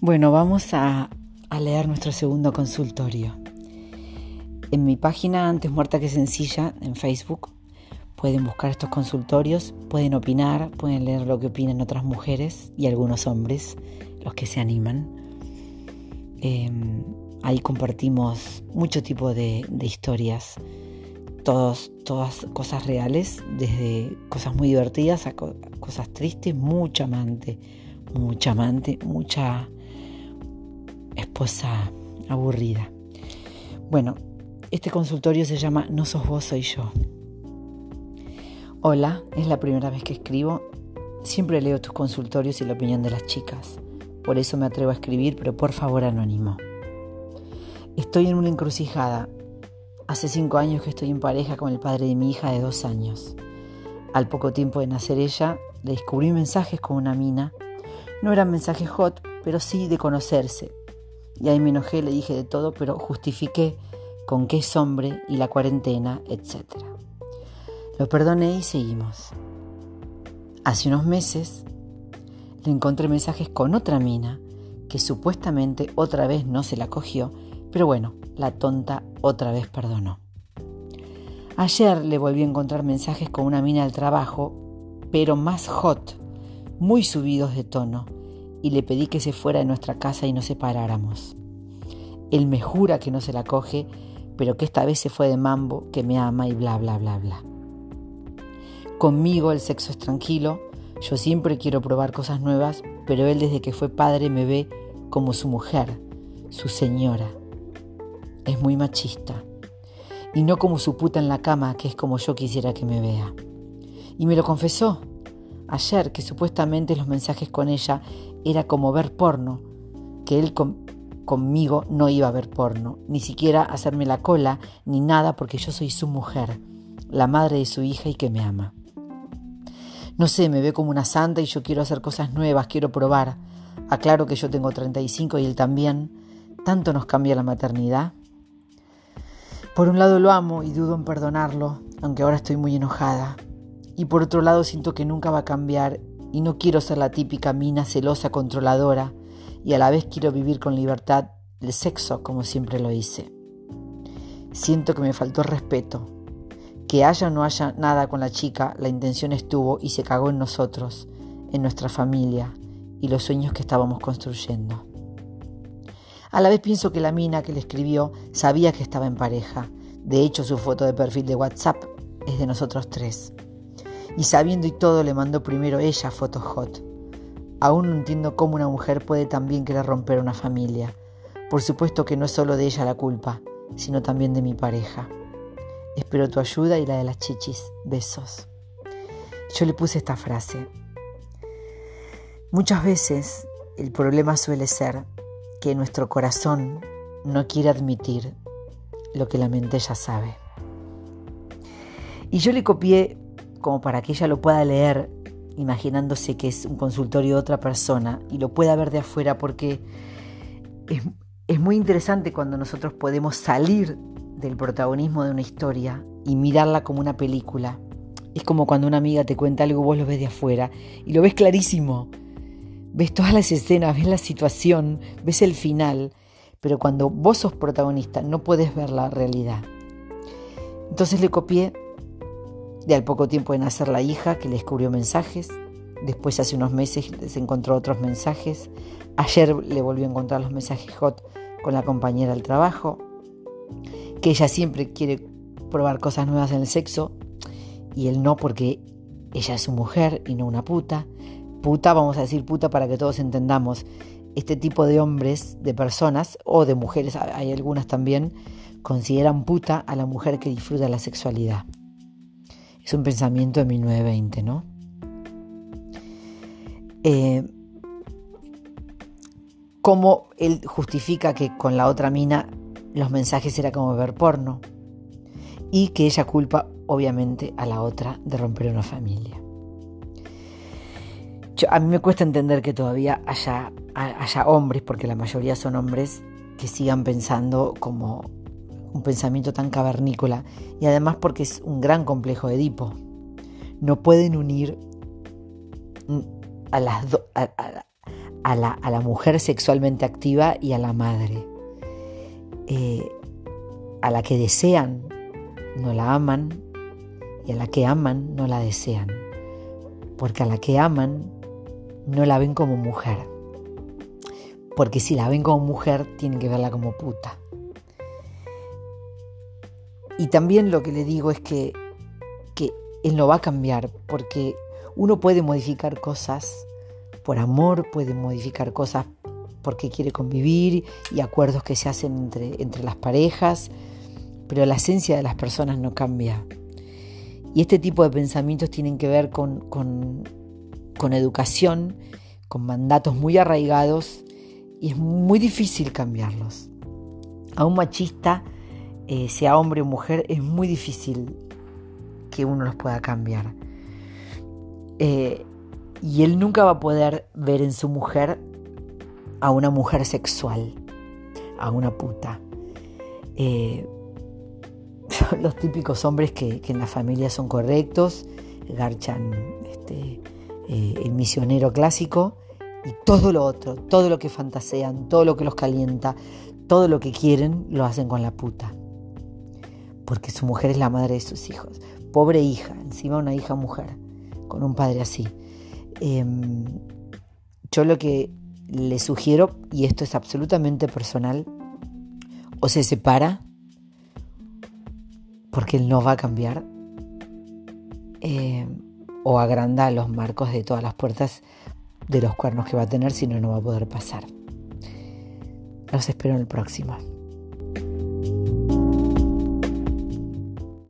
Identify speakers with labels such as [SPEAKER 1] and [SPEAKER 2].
[SPEAKER 1] Bueno, vamos a leer nuestro segundo consultorio. En mi página Antes Muerta que Sencilla, en Facebook, pueden buscar estos consultorios, pueden opinar, pueden leer lo que opinan otras mujeres y algunos hombres, los que se animan. Ahí compartimos mucho tipo de historias, todas cosas reales, desde cosas muy divertidas a cosas tristes, mucha amante, mucha esposa aburrida. Bueno, este consultorio se llama No sos vos, soy yo. Hola, es la primera vez que escribo. Siempre leo tus consultorios y la opinión de las chicas. Por eso me atrevo a escribir, pero por favor anónimo. Estoy en una encrucijada. Hace 5 años que estoy en pareja con el padre de mi hija de 2 años. Al poco tiempo de nacer ella, le descubrí mensajes con una mina. No eran mensajes hot, pero sí de conocerse. Y ahí me enojé, le dije de todo, pero justifiqué con que es hombre y la cuarentena, etc. Lo perdoné y seguimos. Hace unos meses le encontré mensajes con otra mina que supuestamente otra vez no se la cogió, pero bueno, la tonta otra vez perdonó. Ayer le volví a encontrar mensajes con una mina del trabajo, pero más hot, muy subidos de tono, y le pedí que se fuera de nuestra casa y nos separáramos. Él me jura que no se la coge, pero que esta vez se fue de mambo, que me ama y bla, bla, bla, bla. Conmigo el sexo es tranquilo, yo siempre quiero probar cosas nuevas, pero él desde que fue padre me ve como su mujer, su señora. Es muy machista. Y no como su puta en la cama, que es como yo quisiera que me vea. Y me lo confesó ayer, que supuestamente los mensajes con ella era como ver porno, que él conmigo no iba a ver porno, ni siquiera hacerme la cola, ni nada, porque yo soy su mujer, la madre de su hija y que me ama. No sé, me ve como una santa y yo quiero hacer cosas nuevas, quiero probar. Aclaro que yo tengo 35 y él también. ¿Tanto nos cambia la maternidad? Por un lado lo amo y dudo en perdonarlo, aunque ahora estoy muy enojada. Y por otro lado siento que nunca va a cambiar y no quiero ser la típica mina celosa controladora y a la vez quiero vivir con libertad el sexo como siempre lo hice. Siento que me faltó respeto. Que haya o no haya nada con la chica, la intención estuvo y se cagó en nosotros, en nuestra familia y los sueños que estábamos construyendo. A la vez pienso que la mina que le escribió sabía que estaba en pareja. De hecho, su foto de perfil de WhatsApp es de nosotros 3. Y sabiendo y todo, le mandó primero ella fotos hot. Aún no entiendo cómo una mujer puede también querer romper una familia. Por supuesto que no es solo de ella la culpa, sino también de mi pareja. Espero tu ayuda y la de las chichis. Besos. Yo le puse esta frase. Muchas veces el problema suele ser que nuestro corazón no quiere admitir lo que la mente ya sabe. Y yo le copié como para que ella lo pueda leer, imaginándose que es un consultorio de otra persona y lo pueda ver de afuera, porque es muy interesante cuando nosotros podemos salir del protagonismo de una historia y mirarla como una película. Es como cuando una amiga te cuenta algo y vos lo ves de afuera y lo ves clarísimo. Ves todas las escenas, ves la situación, ves el final, pero cuando vos sos protagonista no podés ver la realidad. Entonces le copié de al poco tiempo de nacer la hija, que le descubrió mensajes. Después, hace unos meses, se encontró otros mensajes. Ayer le volvió a encontrar los mensajes hot con la compañera del trabajo, que ella siempre quiere probar cosas nuevas en el sexo y él no, porque ella es su mujer y no una puta. Puta, vamos a decir puta para que todos entendamos. Este tipo de hombres, de personas o de mujeres, hay algunas también, consideran puta a la mujer que disfruta la sexualidad. Es un pensamiento de 1920, ¿no? Cómo él justifica que con la otra mina los mensajes era como ver porno y que ella culpa obviamente a la otra de romper una familia. A mí me cuesta entender que todavía haya hombres, porque la mayoría son hombres, que sigan pensando como un pensamiento tan cavernícola, y además porque es un gran complejo de Edipo. No pueden unir a la mujer sexualmente activa y a la madre. A la que desean no la aman y a la que aman no la desean, porque a la que aman no la ven como mujer, porque si la ven como mujer tienen que verla como puta. Y también lo que le digo es que él no va a cambiar, porque uno puede modificar cosas por amor, puede modificar cosas porque quiere convivir y acuerdos que se hacen entre las parejas, pero la esencia de las personas no cambia. Y este tipo de pensamientos tienen que ver con educación, con mandatos muy arraigados, y es muy difícil cambiarlos. A un machista, sea hombre o mujer, es muy difícil que uno los pueda cambiar. Y él nunca va a poder ver en su mujer a una mujer sexual, a una puta. Son los típicos hombres que en la familia son correctos, garchan el misionero clásico, y todo lo otro, todo lo que fantasean, todo lo que los calienta, todo lo que quieren, lo hacen con la puta. Porque su mujer es la madre de sus hijos. Pobre hija, encima una hija mujer, con un padre así. Yo lo que le sugiero, y esto es absolutamente personal, o se separa, porque él no va a cambiar, o agranda los marcos de todas las puertas de los cuernos que va a tener, si no, no va a poder pasar. Los espero en el próximo.